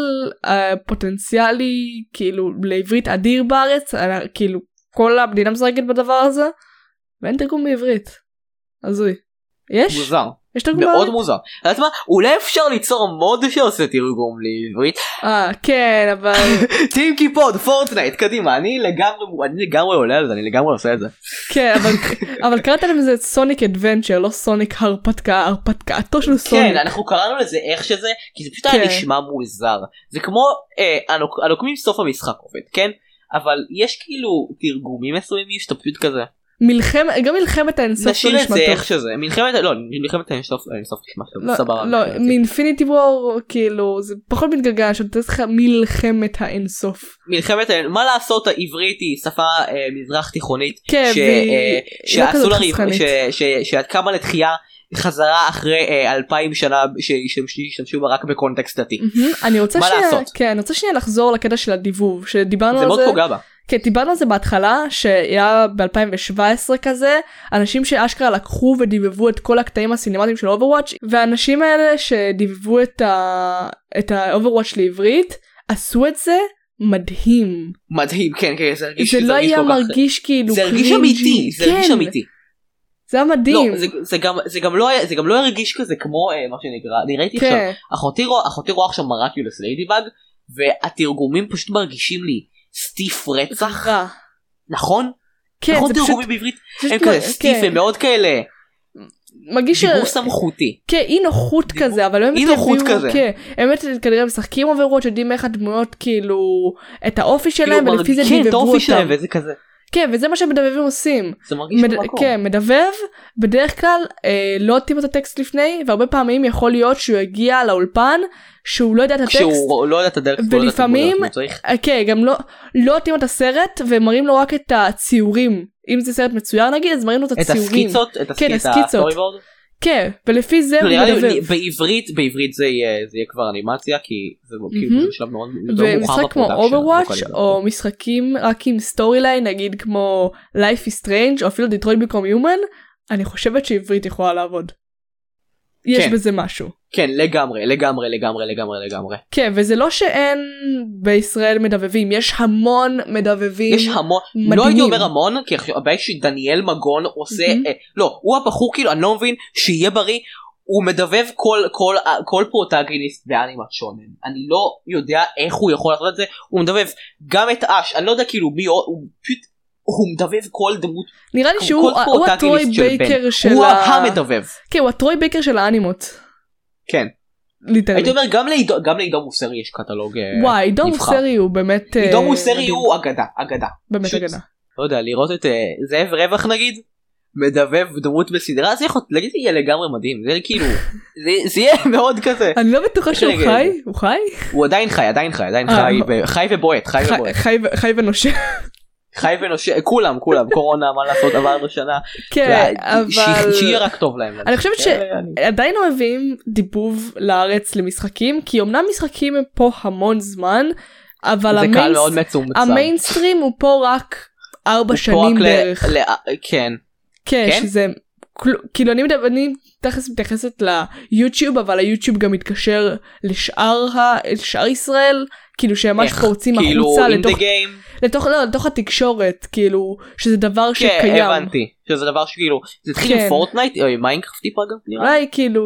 פוטנציאלי, כאילו לעברית אדיר בארץ, כאילו כל המדינה משחקת בדבר הזה, ואין תרגום בעברית. הזוי. יש? מוזר. יש תרגום מאוד בערבית? מוזר. אתה יודעת מה? אולי אפשר ליצור מוד שעושה תרגום לעברית. כן, אבל... טים קיפוד, פורטנייט, קדימה, אני לגמרי עולה על זה, אני לגמרי עושה את זה. כן, אבל קראת להם זה סוניק אדוונצ'ר, לא סוניק הרפתקאתו של סוניק. כן, אנחנו קראנו לזה איך שזה, כי זה פשוט היה נשמע מוזר. זה כמו, הנוקמים סוף המשחק עובד, כן? אבל יש כאילו תרגומים מסוימים שאתה פשוט כזה. גם מלחמת האינסוף לא נשאיר את זה איך שזה, מלחמת האינסוף נשמע סבבה. לא, מאינפיניטי וור כאילו זה פחות מתגלגל שאתה צריך מלחמת האינסוף. מה לעשות, העברית היא שפה מזרח תיכונית שאת קמה לתחייה חזרה אחרי 2000 שנה שהשתמשו בה רק בקונטקסט דתי. אני רוצה שנייה לחזור לקטע של הדיבוב שדיברנו על זה. זה מאוד פוגע בה. כן, דיברנו על זה בהתחלה, שהיה ב-2017 כזה, אנשים שאשכרה לקחו ודיבבו את כל הקטעים הסינמטיים של Overwatch, והאנשים האלה שדיבבו את ה-Overwatch לעברית, עשו את זה מדהים. מדהים, כן, כן, זה הרגיש... זה לא היה מרגיש כאילו... זה הרגיש אמיתי, זה הרגיש אמיתי. זה היה מדהים. לא, זה גם לא הרגיש כזה כמו מה שנקרא, אני ראיתי עכשיו, אחותי רואה עכשיו מרקיולס ליידיבאג, והתרגומים פשוט מרגישים לי סטיף רצח, נכון? כן, נכון, תרגומים בעברית הם כזה סטיף, הם מאוד כאלה דיבור סמכותי, כן, אי נוחות כזה, אבל אי נוחות כזה, באמת כנראה משחקים Overwatch יודעים איך הדמויות כאילו את האופי שלהם ולפי זה דיבבו אותם, וזה כזה. כן, וזה מה שמדבבים עושים. זה מרגיש במקום. כן, מדבב, בדרך כלל לא עוטים את הטקסט לפני, והרבה פעמים יכול להיות שהוא יגיע לאולפן, שהוא לא יודע את הטקסט. שהוא לא יודע את הדרך. ולפעמים, כן, גם לא עוטים את הסרט, ומראים לו רק את הציורים. אם זה סרט מצויר נגיד, אז מראים לו את הציורים. את הסקיצות? את הסטוריבורד? כן, ולפי זה הוא מדבב. בעברית זה יהיה כבר אנימציה, כי זה כאילו שלב מאוד מאוחר ומשחק כמו Overwatch, או משחקים רק עם סטורי ליין, נגיד כמו Life is Strange, או אפילו Detroit Become Human, אני חושבת שעברית יכולה לעבוד. יש בזה משהו. כן, לגמרי. כן, וזה לא שאין בישראל מדבבים, יש המון מדבבים. יש המון, לא הייתי אומר המון, כי הבעיה שדניאל מגון עושה, לא, הוא הבחור כאילו, אני לא מבין, שיהיה בריא, הוא מדבב כל פרוטגוניסט באנימת שונן. אני לא יודע איך הוא יכול לעשות את זה, הוא מדבב גם את אש, אני לא יודע כאילו מי, הוא פשוט, הוא מדבב כל דמות, נראה לי שהוא הטרוי בייקר של הוא המדבב. כן, הוא הטרוי בייקר של האנימות. כן. הייתי אומר גם לעידו מוסרי יש קטלוג נבחר. וואי, עידו מוסרי הוא באמת עידו מוסרי הוא אגדה. באמת אגדה. לא יודע, לראות את זאב רווח נגיד מדבב דמות בסדרה, זה יכול להגיד יהיה לגמרי מדהים, זה כאילו זה יהיה מאוד כזה. אני לא בטוחה שהוא חי, הוא חי? הוא עדיין חי ובועט, חי ונושה. חי ונושה, כולם, קורונה, מה לעשות, עברנו שנה. כן, אבל שיהיה רק טוב להם. אני חושבת שעדיין לא מביאים דיבוב לארץ למשחקים, כי אמנם משחקים הם פה המון זמן, אבל המיינסטרים הוא פה רק 4 שנים בערך. כן. כן, שזה, כאילו אני מתייחסת ליוטיוב, אבל היוטיוב גם מתקשר לשאר ישראל, כאילו שהם ממש פורצים החוצה לתוך התקשורת, כאילו שזה דבר שקיים. כן, הבנתי, שזה דבר שכאילו, זה התחיל עם פורטנייט, או עם מיינקראפט טיפה גם, נראה? אולי כאילו,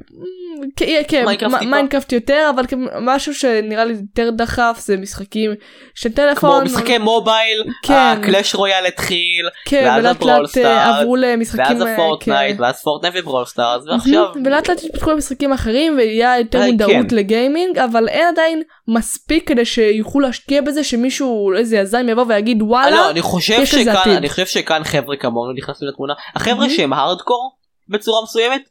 כן, מיינקראפט יותר, אבל משהו שנראה לי יותר דחף, זה משחקים של טלפון. כמו משחקי מובייל, הקלאש רויאל התחיל, ואז הברולסטארס, עברו למשחקים, ואז הפורטנייט, ואז פורטנייט וברולסטארס, ועכשיו. ולאט לאט התפתחו למשחקים אחרים, ויהיה יותר מודעות לגיימינג, אבל אין עדיין מספיק כדי שיוכלו להשקיע בזה, שמישהו, איזה יזם יבוא ויגיד וואלה, יש לזה עתיד. אני חושב שכאן חבר'ה כמונו נכנסים לתמונה, החבר'ה שהם הארדקור בצורה מסוימת,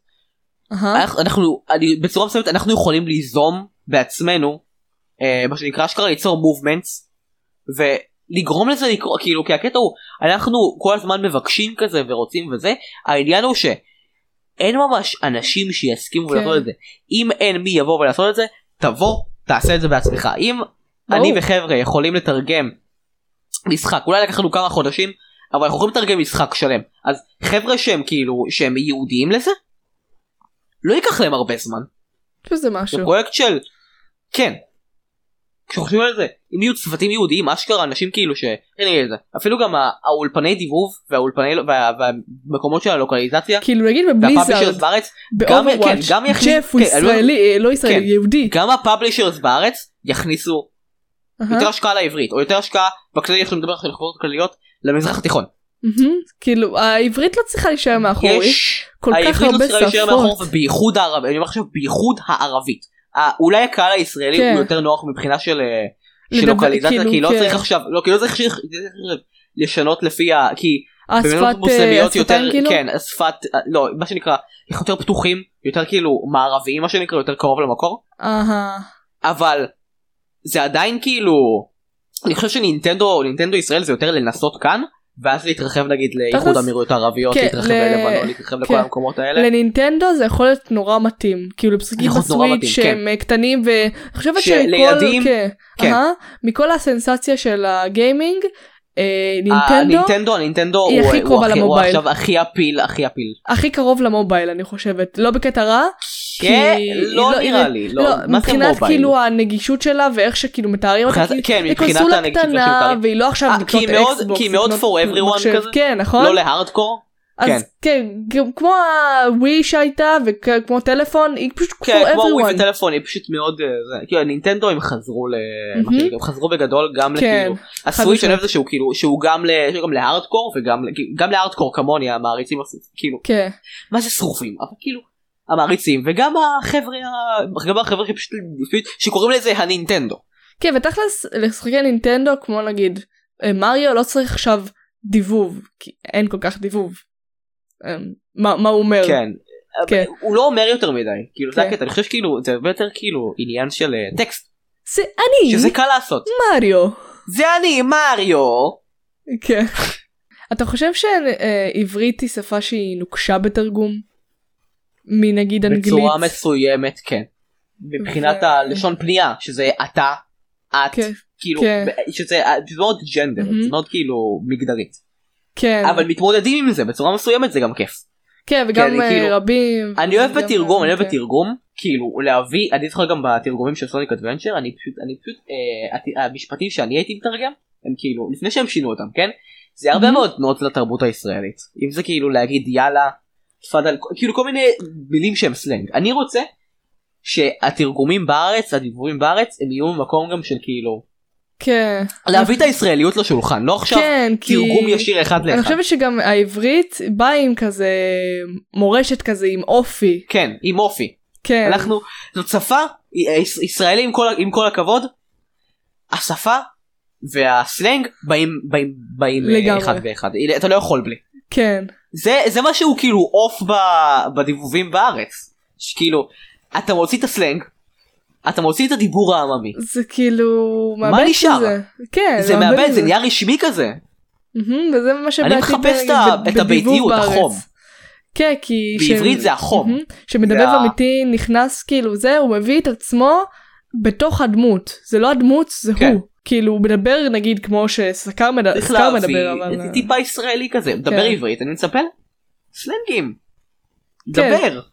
בצורה מסוימת אנחנו יכולים ליזום בעצמנו, מה שנקרא אשכרה ליצור מובמנטס, ולגרום לזה לקרוא, כאילו כי הקטע הוא, אנחנו כל הזמן מבקשים כזה ורוצים וזה, העניין הוא שאין ממש אנשים שיסכימו לעשות את זה, אם אין מי יבוא ולעשות את זה, תבוא, תעשה את זה בעצמך, אם אני וחבר'ה יכולים לתרגם משחק, אולי לקח לנו כמה חודשים, אבל אנחנו יכולים לתרגם משחק שלם, אז חבר'ה שהם כאילו, שהם יהודיים לזה, לא ייקח להם הרבה זמן. שזה משהו. זה פרויקט של, כן, כשחושבים על זה, אם יהיו צוותים יהודיים, אשכרה אנשים כאילו אפילו גם האולפני דיבוב, והמקומות של הלוקליזציה, כאילו נגיד בבליזארד, באוברוואץ', ג'ף הוא ישראלי, לא ישראלי, יהודי. גם הפאבלישרס בארץ יכניסו יותר השקעה לעברית, או יותר השקעה בכללי, יש לנו מדבר על חלקות כלליות, למזרח התיכון. כאילו העברית לא צריכה להישאר מאחורי, כל כך הרבה שפות. ובייחוד הערבית, אני אומר עכשיו בייחוד הערבית, אולי הקהל הישראלי הוא יותר נוח מבחינה של לוקליזציה, כי לא צריך עכשיו, כי לא צריך לשנות לפי כי השפת יותר, כן, השפת, לא, מה שנקרא, יותר פתוחים, יותר כאילו מערביים, מה שנקרא, יותר קרוב למקור, אבל זה עדיין כאילו, אני חושב שנינטנדו ישראל זה יותר לנסות כאן, ואז להתרחב נגיד לאיחוד האמירויות הערביות, להתרחב ללבנון, להתרחב לכל המקומות האלה. לנינטנדו זה יכול להיות נורא מתאים, כאילו לפסקים בסוויץ' שהם קטנים, ואני חושבת שלילדים, מכל הסנסציה של הגיימינג, נינטנדו היא הכי קרובה למובייל, הכי אפיל, הכי קרוב למובייל אני חושבת, לא בקטע רע, לא נראה לי, מבחינת כאילו הנגישות שלה ואיך שכאילו מתארים אותה, היא קונסולה קטנה והיא לא עכשיו לקנות אקסבוקס, כי מאוד for everyone כזה, לא להארדקור, אז כן, כמו הווי שהייתה וכמו טלפון, היא פשוט for everyone. כמו הווי וטלפון היא פשוט מאוד, כאילו נינטנדו הם חזרו בגדול גם לכאילו, הסוויץ' אני אוהב זה שהוא גם להארדקור וגם להארדקור כמוני המעריצים, כאילו, מה זה שרופים, אבל כאילו, המעריצים וגם החבר'ה שקוראים לזה הנינטנדו. כן, ותכלס לשחקי נינטנדו כמו נגיד מריו לא צריך עכשיו דיבוב, כי אין כל כך דיבוב. מה הוא אומר? כן, הוא לא אומר יותר מדי, כאילו זה הקטע, אני חושב שכאילו זה הרבה יותר כאילו עניין של טקסט. זה אני, שזה קל לעשות. מריו. זה אני, מריו. כן. אתה חושב שעברית היא שפה שהיא נוקשה בתרגום? מנגיד אנגלית. בצורה מסוימת, כן. מבחינת הלשון פנייה, שזה אתה, את, כאילו, שזה מאוד ג'נדר, זה מאוד כאילו מגדרית. כן. אבל מתמודדים עם זה בצורה מסוימת, זה גם כיף. כן, וגם רבים. אני אוהב בתרגום, כאילו להביא, אני זוכר גם בתרגומים של סוניק אדוונצ'ר, אני פשוט, המשפטים שאני הייתי מתרגם, הם כאילו, לפני שהם שינו אותם, כן? זה הרבה מאוד תנועות לתרבות הישראלית. אם זה כאילו להגיד יאללה, תפדל, כאילו כל מיני מילים שהם סלנג. אני רוצה שהתרגומים בארץ, הדיבורים בארץ, הם יהיו במקום גם של כאילו, כן. להביא את הישראליות לשולחן, לא עכשיו תרגום ישיר אחד לאחד. אני חושבת שגם העברית באה עם כזה מורשת כזה, עם אופי. כן, עם אופי. כן. אנחנו, זאת שפה, ישראלים עם כל הכבוד, השפה והסלנג באים אחד באחד. אתה לא יכול בלי. כן. זה משהו כאילו אוף בדיבובים בארץ. שכאילו, אתה מוציא את הסלנג, אתה מוציא את הדיבור העממי. זה כאילו, מה נשאר? כן. זה מאבד, זה נהיה רשמי כזה. וזה מה שבאתי אני מחפש את הביתיות, החום. כן, כי בעברית זה החום. שמדבב אמיתי נכנס כאילו זה, הוא מביא את עצמו בתוך הדמות. זה לא הדמות, זה הוא. כאילו הוא מדבר נגיד כמו שסקר מדבר. זה טיפה ישראלי כזה, מדבר עברית, אני מצפה סלנגים. דבר.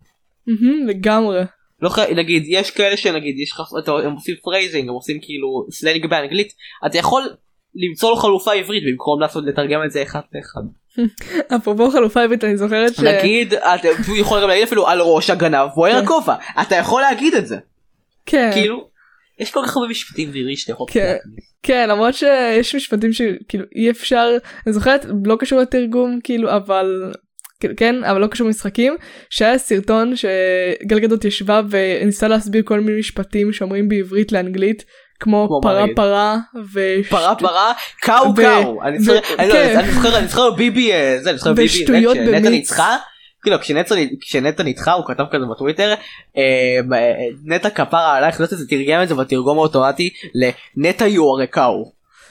לגמרי. לא נגיד, יש כאלה שנגיד, הם עושים פרייזינג, הם עושים כאילו סלנג באנגלית, אתה יכול למצוא לו חלופה עברית במקום לתרגם את זה אחד לאחד. אפרופו חלופה עברית, אני זוכרת נגיד, הוא יכול גם להגיד אפילו על ראש הגנב בוער הכובע, אתה יכול להגיד את זה. כן. כאילו, יש כל כך הרבה משפטים בעברית שאתה יכול להכניס. כן, למרות שיש משפטים שכאילו אי אפשר, אני זוכרת, לא קשור לתרגום כאילו, אבל כן, אבל לא קשור משחקים, שהיה סרטון שגלגדות ישבה וניסה להסביר כל מיני משפטים שאומרים בעברית לאנגלית, כמו פרה פרה פרה פרה קאו קאו. אני זוכר ביבי, נטע ניצחה, כאילו כשנטע ניצחה הוא כתב כזה בטוויטר, נטע כפרה עלייך, לא זה תרגם את זה בתרגום האוטומטי לנטע יורקאו.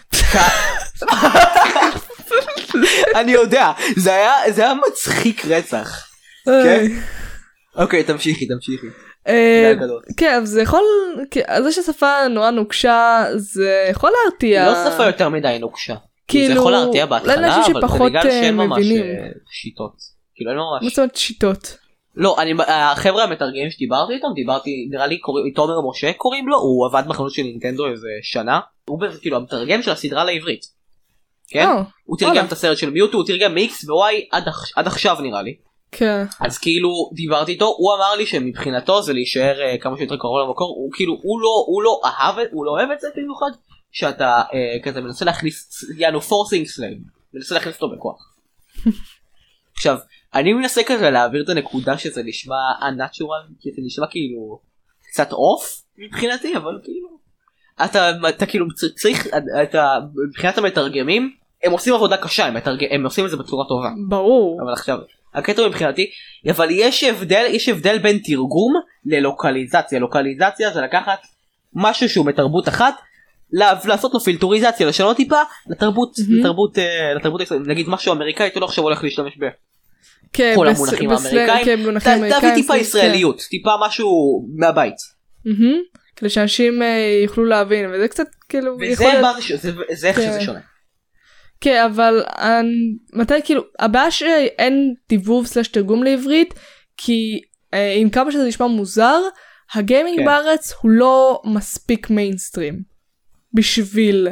אני יודע, זה היה מצחיק רצח. אוקיי, תמשיכי. כן, זה יכול, זה ששפה נורא נוקשה, זה יכול להרתיע. לא שפה יותר מדי נוקשה. זה יכול להרתיע בהתחלה, אבל זה בגלל שאין ממש שיטות. כאילו אין ממש. מה זאת אומרת שיטות? לא, החבר'ה המתרגמים שדיברתי איתם, נראה לי תומר משה קוראים לו, הוא עבד בחנות של נינטנדו איזה שנה, הוא כאילו המתרגם של הסדרה לעברית. כן? הוא תרגם את הסרט של מיוטו, הוא תרגם מ-X ו-Y עד עכשיו נראה לי. כן. אז כאילו דיברתי איתו, הוא אמר לי שמבחינתו זה להישאר כמה שיותר קרוב למקור, הוא כאילו הוא לא אוהב את זה במיוחד, שאתה כזה מנסה להכניס, יענו פורסינג סלייב, מנסה להכניס אותו בכוח. עכשיו, אני מנסה כזה להעביר את הנקודה שזה נשמע unnatural, כי זה נשמע כאילו קצת אוף מבחינתי, אבל כאילו אתה כאילו צריך, מבחינת המתרגמים, הם עושים עבודה קשה, הם עושים את זה בצורה טובה. ברור. אבל עכשיו, הקטע מבחינתי, אבל יש הבדל בין תרגום ללוקליזציה. לוקליזציה זה לקחת משהו שהוא מתרבות אחת, לעשות לו פילטוריזציה, לשנות טיפה לתרבות, נגיד משהו אמריקאי, אתה לא עכשיו הולך להשתמש בכל המונחים האמריקאים, תביא טיפה ישראליות, טיפה משהו מהבית. כדי שאנשים יוכלו להבין, וזה קצת כאילו... וזה איך שזה שונה. כן, אבל מתי כאילו, הבעיה שאין דיבוב סלש תרגום לעברית, כי עם כמה שזה נשמע מוזר, הגיימינג בארץ הוא לא מספיק מיינסטרים, בשביל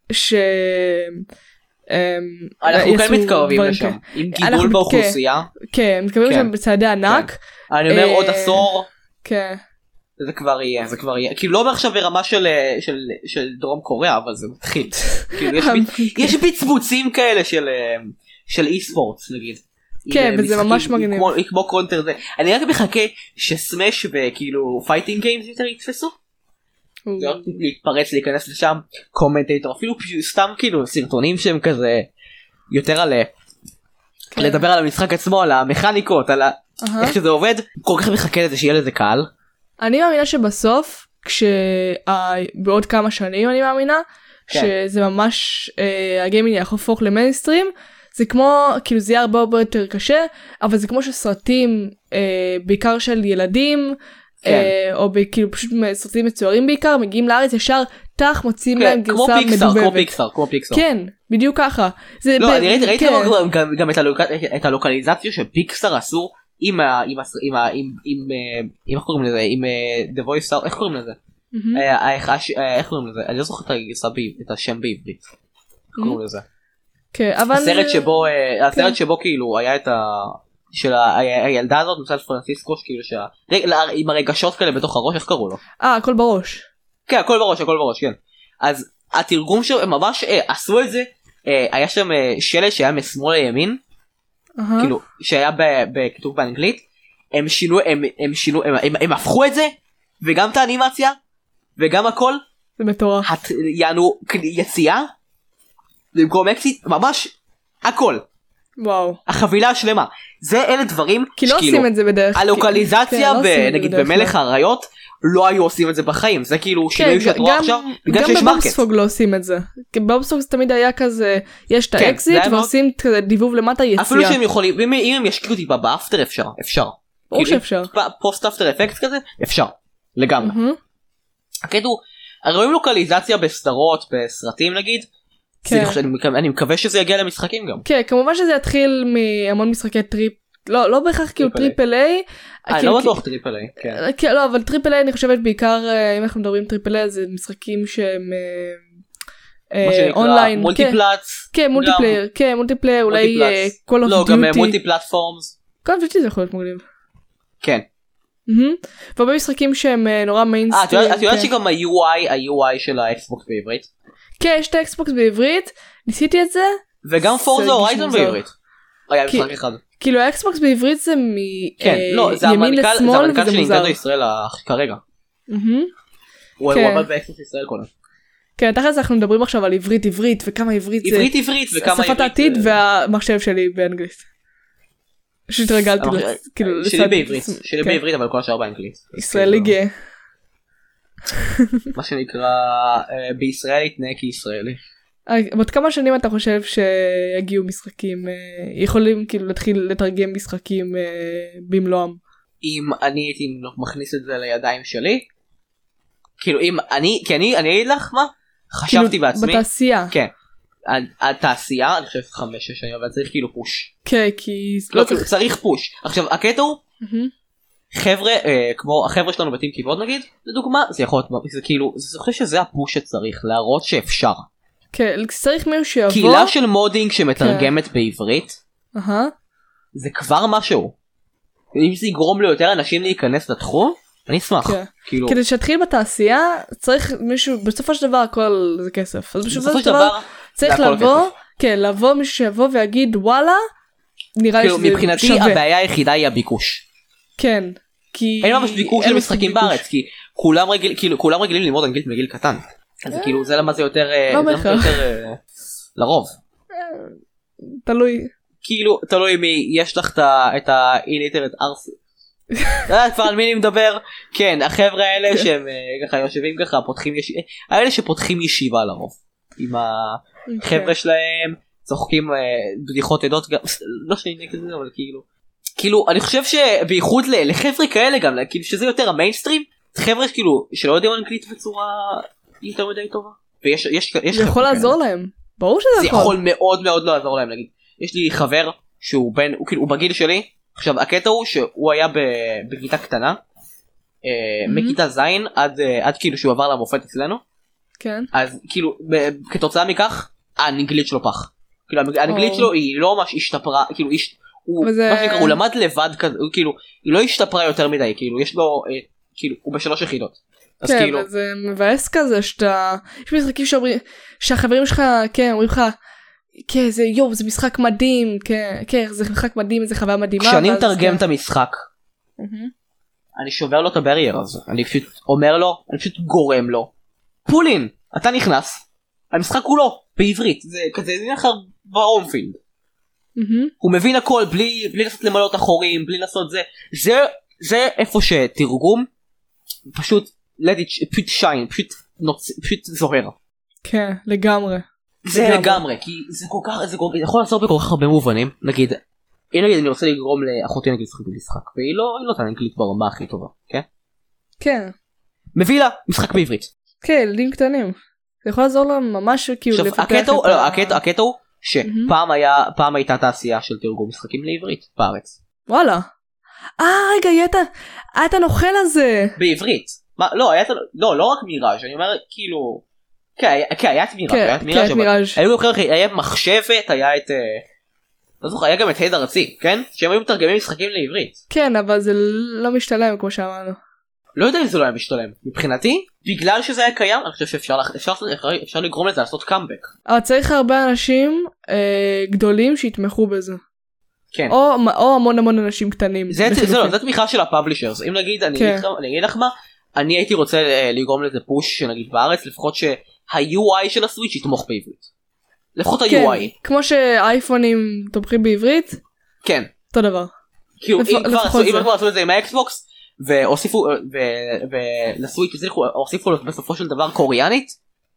אנחנו כן מתקרבים לשם, עם גידול באוכלוסייה. כן, מתקרבים לשם בצעדי ענק. אני אומר עוד עשור. כן. זה כבר יהיה, כאילו לא עכשיו ברמה של דרום קוריאה, אבל זה מתחיל. יש בצבוצים כאלה של אי ספורט נגיד. כן, וזה ממש מגניב. כמו קונטר זה. אני רק מחכה שסמש וכאילו פייטינג גיימס יותר יתפסו. זה עוד להתפרץ, להיכנס לשם, קומנטייטור, אפילו סתם כאילו סרטונים שהם כזה יותר על לדבר על המשחק עצמו, על המכניקות, על איך שזה עובד. כל כך מחכה לזה שיהיה לזה קהל. אני מאמינה שבסוף, בעוד כמה שנים אני מאמינה, שזה ממש הגיימינג יהפוך למיינסטרים, זה כמו, כאילו זה יהיה הרבה יותר קשה, אבל זה כמו שסרטים, בעיקר של ילדים, או כאילו פשוט סרטים מצוירים בעיקר, מגיעים לארץ ישר, מוצאים להם גרסה מדובבת. כמו פיקסאר. כן, בדיוק ככה. לא, אני ראיתי גם את הלוקליזציה שפיקסאר עשו עם איך קוראים לזה, עם The Voice, איך קוראים לזה? איך קוראים לזה? אני לא זוכר את השם בעברית. איך קוראים לזה? הסרט שבו כאילו היה את של הילדה הזאת מסל פרנסיסקו, כאילו עם הרגשות כאלה בתוך הראש, איך קראו לו? הכל בראש. כן, הכל בראש, כן. אז התרגום שהם ממש עשו את זה, היה שם שלט שהיה משמאל לימין, כאילו שהיה בכתוב באנגלית, הם הפכו את זה, וגם את האנימציה, וגם הכל, זה מטורף. יענו יציאה, במקום אקסיט, ממש הכל. וואו. החבילה השלמה. אלה דברים, כי לא עושים את זה בדרך. הלוקליזציה, נגיד במלך האריות, לא היו עושים את זה בחיים. זה כאילו שינוי שאת רואה עכשיו, בגלל שיש מרקט. גם בבובספוג לא עושים את זה. בבובספוג זה תמיד היה כזה, יש את האקזיט, ועושים דיבוב למטה יציאה. אפילו שהם יכולים, אם הם ישקיעו טיפה באפטר אפשר. ברור שאפשר. פוסט אפטר אפקט כזה, אפשר. לגמרי. הקטע הוא, רואים לוקליזציה בסדרות, בסרטים נגיד, אני מקווה שזה יגיע למשחקים גם. כן, כמובן שזה יתחיל מהמון משחקי טריפ, לא בהכרח כאילו טריפל איי. לא בטוח טריפל איי, כן. לא, אבל טריפל איי אני חושבת בעיקר, אם אנחנו מדברים טריפל איי, זה משחקים שהם אונליין. מולטיפלאץ. כן, מולטיפלייר, אולי Call of Duty. לא, גם מולטי פלטפורמס. Call of Duty זה יכול להיות מגניב. כן. והרבה משחקים שהם נורא מיינסטרים. את יודעת שגם ה-UI של האקסבוקס בעברית? כן, יש את האקסבוקס בעברית, ניסיתי את זה. וגם פורזה הורייזון בעברית. היה משחק אחד. כאילו האקסבוקס בעברית זה מימין לשמאל וזה מוזר. זה המנכ"ל של נינטנדו ישראל כרגע. הוא עבד באקסבוקס ישראל קודם. כן, תכף אנחנו מדברים עכשיו על עברית וכמה עברית זה. עברית וכמה שפת העתיד והמחשב שלי באנגלית. שהתרגלתי כאילו. שלי בעברית אבל כל השאר באנגלית. ישראלי גאה. מה שנקרא בישראל יתנהג כישראלי. עוד כמה שנים אתה חושב שיגיעו משחקים, יכולים כאילו להתחיל לתרגם משחקים במלואם? אם אני הייתי מכניס את זה לידיים שלי, כאילו אם אני, כי אני אגיד לך מה, חשבתי בעצמי. בתעשייה. כן. התעשייה, אני חושב 5-6 שנים, אבל צריך כאילו פוש. כן, כי... לא, צריך פוש. עכשיו, הקטע הוא, חבר'ה, כמו החבר'ה שלנו בטים קיבוד נגיד, לדוגמה, זה יכול להיות, זה כאילו, אני חושב שזה הפוש שצריך, להראות שאפשר. כן, צריך מישהו שיבוא. קהילה של מודינג שמתרגמת בעברית, זה כבר משהו. אם זה יגרום ליותר אנשים להיכנס לתחום, אני אשמח. כדי שתתחיל בתעשייה, צריך מישהו, בסופו של דבר הכל זה כסף. אז בסופו של דבר צריך לבוא, כן, לבוא מישהו שיבוא ויגיד וואלה, נראה לי שזה שווה. מבחינתי הבעיה היחידה היא הביקוש. כן, כי... אין ממש ביקוש למשחקים בארץ, כי כולם רגילים ללמוד אנגלית מגיל קטן. אז כאילו זה למה זה יותר... לרוב. תלוי. כאילו, תלוי מי, יש לך את האיליטרט ארסי. כבר על מי אני מדבר? כן, החבר'ה האלה שהם ככה יושבים ככה, האלה שפותחים ישיבה לרוב. עם החבר'ה שלהם, צוחקים בדיחות עדות, לא שאני נגד זה, אבל כאילו, אני חושב שבייחוד לחבר'ה כאלה גם, כאילו שזה יותר המיינסטרים, חבר'ה כאילו שלא יודעים אנגלית בצורה יותר מדי טובה. זה יכול לעזור להם, ברור שזה יכול. זה יכול מאוד מאוד לעזור להם, נגיד. יש לי חבר שהוא בן, הוא בגיל שלי, עכשיו הקטע הוא שהוא היה בכיתה קטנה, מכיתה זין עד כאילו שהוא עבר למופת אצלנו, אז כאילו כתוצאה מכך האנגלית שלו פח, כאילו האנגלית שלו היא לא ממש השתפרה, כאילו הוא למד לבד, כאילו היא לא השתפרה יותר מדי, כאילו יש לו, כאילו הוא ב3 יחידות. כן, זה מבאס כזה שאתה, יש משחקים שהחברים שלך, כן, אומרים לך, כן, זה יו, זה משחק מדהים, כן, זה משחק מדהים, זה חוויה מדהימה. כשאני מתרגם את המשחק, אני שובר לו את הברייר הזה, אני פשוט אומר לו, אני פשוט גורם לו, פולין, אתה נכנס, המשחק הוא לא, בעברית, זה כזה, זה נחר בהומפילד. הוא מבין הכל, בלי לעשות למלות אחורים, בלי לעשות זה איפה שתרגום, פשוט let it, פשוט shine, פשוט זוהר. כן, לגמרי. זה לגמרי, כי זה כל כך, זה יכול לעשות בכל כך הרבה מובנים. נגיד, אם נגיד אני רוצה לגרום לאחותי נגיד לשחק במשחק, והיא לא תענה אנגלית ברמה הכי טובה, כן? כן. מביא לה משחק בעברית. כן, ילדים קטנים. זה יכול לעזור להם ממש כאילו לפתח את הקטע הוא שפעם הייתה תעשייה של תרגום משחקים לעברית בארץ. וואלה. רגע, היה את הנוכל הזה. בעברית. לא רק מיראז' אני אומר כאילו, כן, היה את מיראז'. היה מחשבת, היה את, לא זוכר, היה גם את הד ארצי, כן? שהם היו מתרגמים משחקים לעברית. כן, אבל זה לא משתלם כמו שאמרנו. לא יודע אם זה לא היה משתלם. מבחינתי, בגלל שזה היה קיים, אני חושב שאפשר לגרום לזה לעשות קאמבק. אבל צריך הרבה אנשים גדולים שיתמכו בזה. כן. או המון אנשים קטנים. זה תמיכה של הפאבלישרס. אם נגיד, אני אגיד לך מה, אני הייתי רוצה לגרום לזה פוש שנגיד בארץ, לפחות שה-UI של הסוויץ' יתמוך בעברית. לפחות ה-UI. כמו שאייפונים תומכים בעברית? כן. אותו דבר. כאילו, אם כבר עשו את זה עם האקסבוקס, והוסיפו לסוויץ' הוסיפו בסופו של דבר קוריאנית,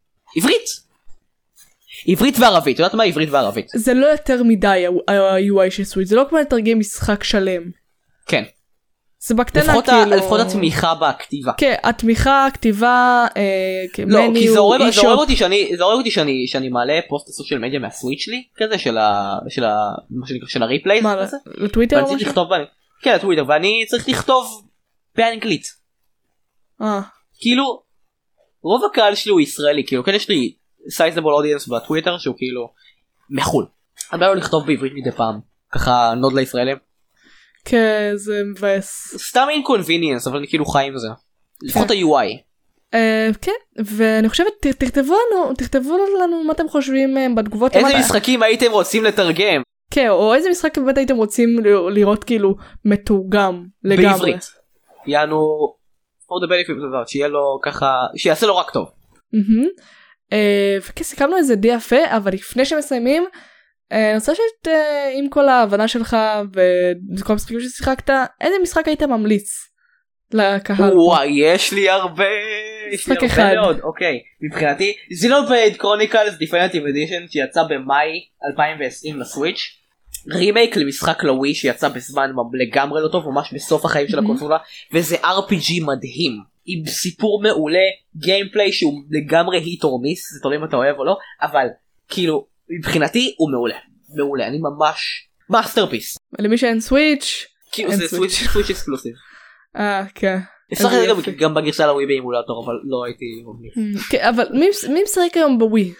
עברית וערבית. אתה יודעת מה? עברית וערבית. זה לא יותר מדי ה-UI של סוויץ', זה לא כמו לתרגם משחק שלם. כן. זה בקטנה כאילו... לפחות התמיכה בכתיבה. כן, התמיכה, הכתיבה, לא, כי זה עורר אותי שאני מעלה פוסט לסושיאל מדיה מהסוויץ' שלי, כזה של הריפלייס. מה, לטוויטר או משהו? כן, לטוויטר, ואני צריך לכתוב באנגלית. כאילו, רוב הקהל שלי הוא ישראלי, כאילו, כן יש לי sizable audience בטוויטר שהוא כאילו מחול. אני בא לו לכתוב בעברית מדי פעם, ככה נוד לישראלים. כן, זה מבאס. סתם inconvenience, אבל אני כאילו חי עם זה. לפחות ה-UI. כן, ואני חושבת, תכתבו לנו מה אתם חושבים בתגובות. איזה משחקים הייתם רוצים לתרגם? כן, או איזה משחק באמת הייתם רוצים לראות כאילו מתורגם לגמרי. בעברית. יענו, for the benefit, שיהיה לו ככה, שיעשה לו רק טוב. וכן, סיכמנו איזה די יפה, אבל לפני שמסיימים, אני רוצה עם כל ההבנה שלך וכל המשחקים ששיחקת, איזה משחק היית ממליץ לקהל? וואי, יש לי הרבה מאוד. אוקיי, מבחינתי Xenoblade Chronicles Definitive Edition שיצא במאי 2020 לסוויץ', רימייק למשחק לווי שיצא בזמן לגמרי לא טוב, ממש בסוף החיים של הקונסולה, וזה RPG מדהים עם סיפור מעולה, גיימפליי שהוא לגמרי היט או מיס, זה תלוי אם אתה אוהב או לא, אבל כאילו מבחינתי הוא מעולה, אני ממש מאסטרפיס. למי שאין סוויץ', כאילו זה סוויץ' אקסקלוסיב. כן. אפשר גם בגרסה לווי באימולטור, אבל לא הייתי ממליץ. כן, אבל מי משחק היום בווי?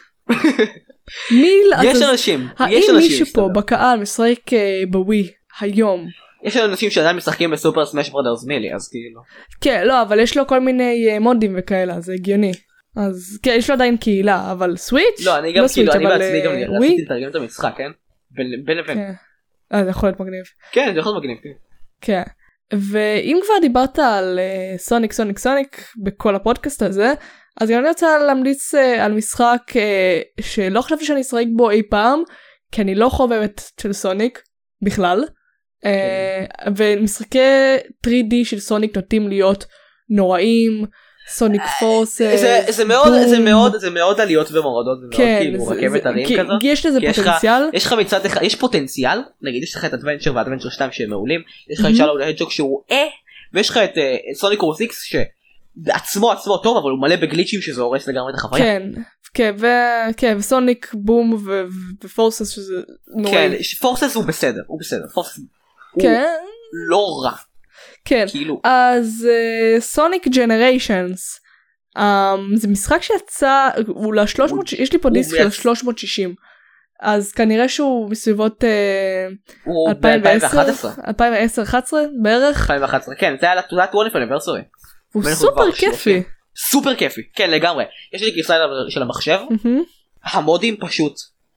יש אנשים. האם מישהו פה בקהל משחק בווי היום? יש אנשים שעדיין משחקים בסופר סמאש ברודרס מילי, אז כאילו. כן, לא, אבל יש לו כל מיני מודים וכאלה, זה הגיוני. אז כן, יש לו עדיין קהילה, אבל סוויץ'? לא, אני גם כאילו, אני בעצמי גם רציתי לתרגם את המשחק, כן? בין לבין. זה יכול להיות מגניב. כן, זה יכול להיות מגניב, כן. כן. ואם כבר דיברת על סוניק בכל הפודקאסט הזה, אז אני רוצה להמליץ על משחק שלא חשבתי שאני אשחק בו אי פעם, כי אני לא חובבת של סוניק בכלל, ומשחקי 3D של סוניק נוטים להיות נוראים, סוניק פורס, זה מאוד עליות ומורדות, זה מאוד כאילו רכבת הרים כזאת. יש לזה פוטנציאל. יש לך מצד אחד, יש פוטנציאל, נגיד יש לך את אדוונצ'ר ואדוונצ'ר 2 שהם מעולים, יש לך את שאלו הדג'וק שהוא ויש לך את סוניק רוס איקס שבעצמו טוב, אבל הוא מלא בגליצ'ים שזה הורס לגמרי את החוויה. כן, וסוניק בום ופורסס שזה נוראי. כן, פורסס הוא בסדר, פורסס הוא לא רע. כן, אז סוניק ג'נריישנס זה משחק שיצא, הוא ל-300, יש לי פה דיסק ל-360, אז כנראה שהוא מסביבות 2010-2011 בערך. 2011, כן, זה היה לתעודת וולף אניברסרי. הוא סופר כיפי. סופר כיפי, כן לגמרי. יש לי גרסה של המחשב, המודים פשוט,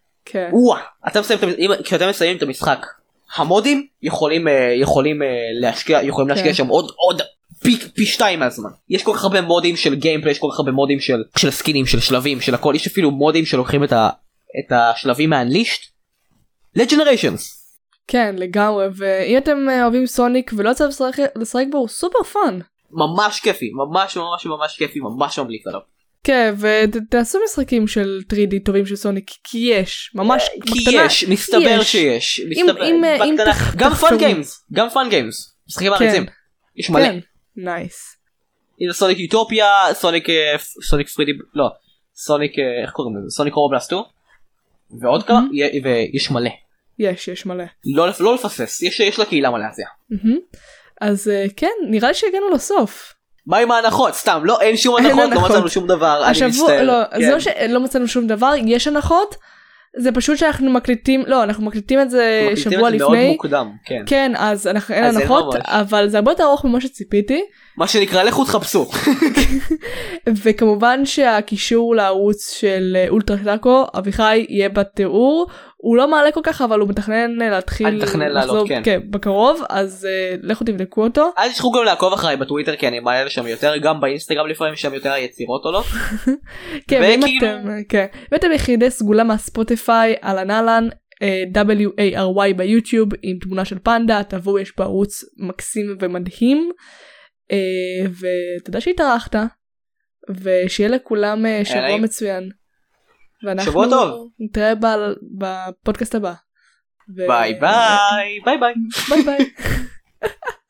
כשאתם מסיימים את המשחק, המודים יכולים להשקיע שם עוד פי 2 מהזמן. יש כל כך הרבה מודים של גיימפליי, יש כל כך הרבה מודים של סקינים, של שלבים, של הכל. יש אפילו מודים שלוקחים את השלבים מהאנלישט לג'נריישנס. כן, לגמרי. ואם אתם אוהבים סוניק ולא יצא לשחק בו, הוא סופר פאן. ממש כיפי, ממש כיפי, ממש ממליץ עליו. כן, ותעשו משחקים של 3D טובים של סוניק, כי יש, ממש בקטנה. כי יש, מסתבר שיש. גם פאן גיימס, משחקים מעריצים. יש מלא. נייס. סוניק יוטופיה, סוניק פרידי, לא, סוניק, איך קוראים לזה? סוניק רובלאסט 2, ועוד כמה, ויש מלא. יש מלא. לא לפסס, יש לה קהילה מלא עשייה. אז כן, נראה לי שהגענו לסוף. מה עם ההנחות? סתם, לא, אין שום הנחות, לא מצאנו שום דבר, אני מצטער. לא, זה לא שלא מצאנו שום דבר, יש הנחות, זה פשוט שאנחנו מקליטים, לא, אנחנו מקליטים את זה שבוע לפני. מאוד מוקדם, כן. כן, אז אין הנחות, אבל זה הרבה יותר ארוך ממה שציפיתי. מה שנקרא, לכו תחפשו. וכמובן שהקישור לערוץ של אולטרה טאקו, אביחי, יהיה בתיאור. הוא לא מעלה כל כך, אבל הוא מתכנן להתחיל לעלות, כן. בקרוב, אז לכו תבדקו אותו. אל תשכחו גם לעקוב אחריי בטוויטר, כי אני מעלה לשם יותר, גם באינסטגרם לפעמים שם יותר היצירות עולות. כן, ואתם יחידי סגולה מהספוטיפיי, על הנלן, WARY ביוטיוב, עם תמונה של פנדה, תבואו, יש בערוץ מקסים ומדהים, ותודה שהתארחת, ושיהיה לכולם שבוע מצוין. שבוע טוב. נתראה בפודקאסט הבא. ביי ביי. ביי ביי. ביי ביי.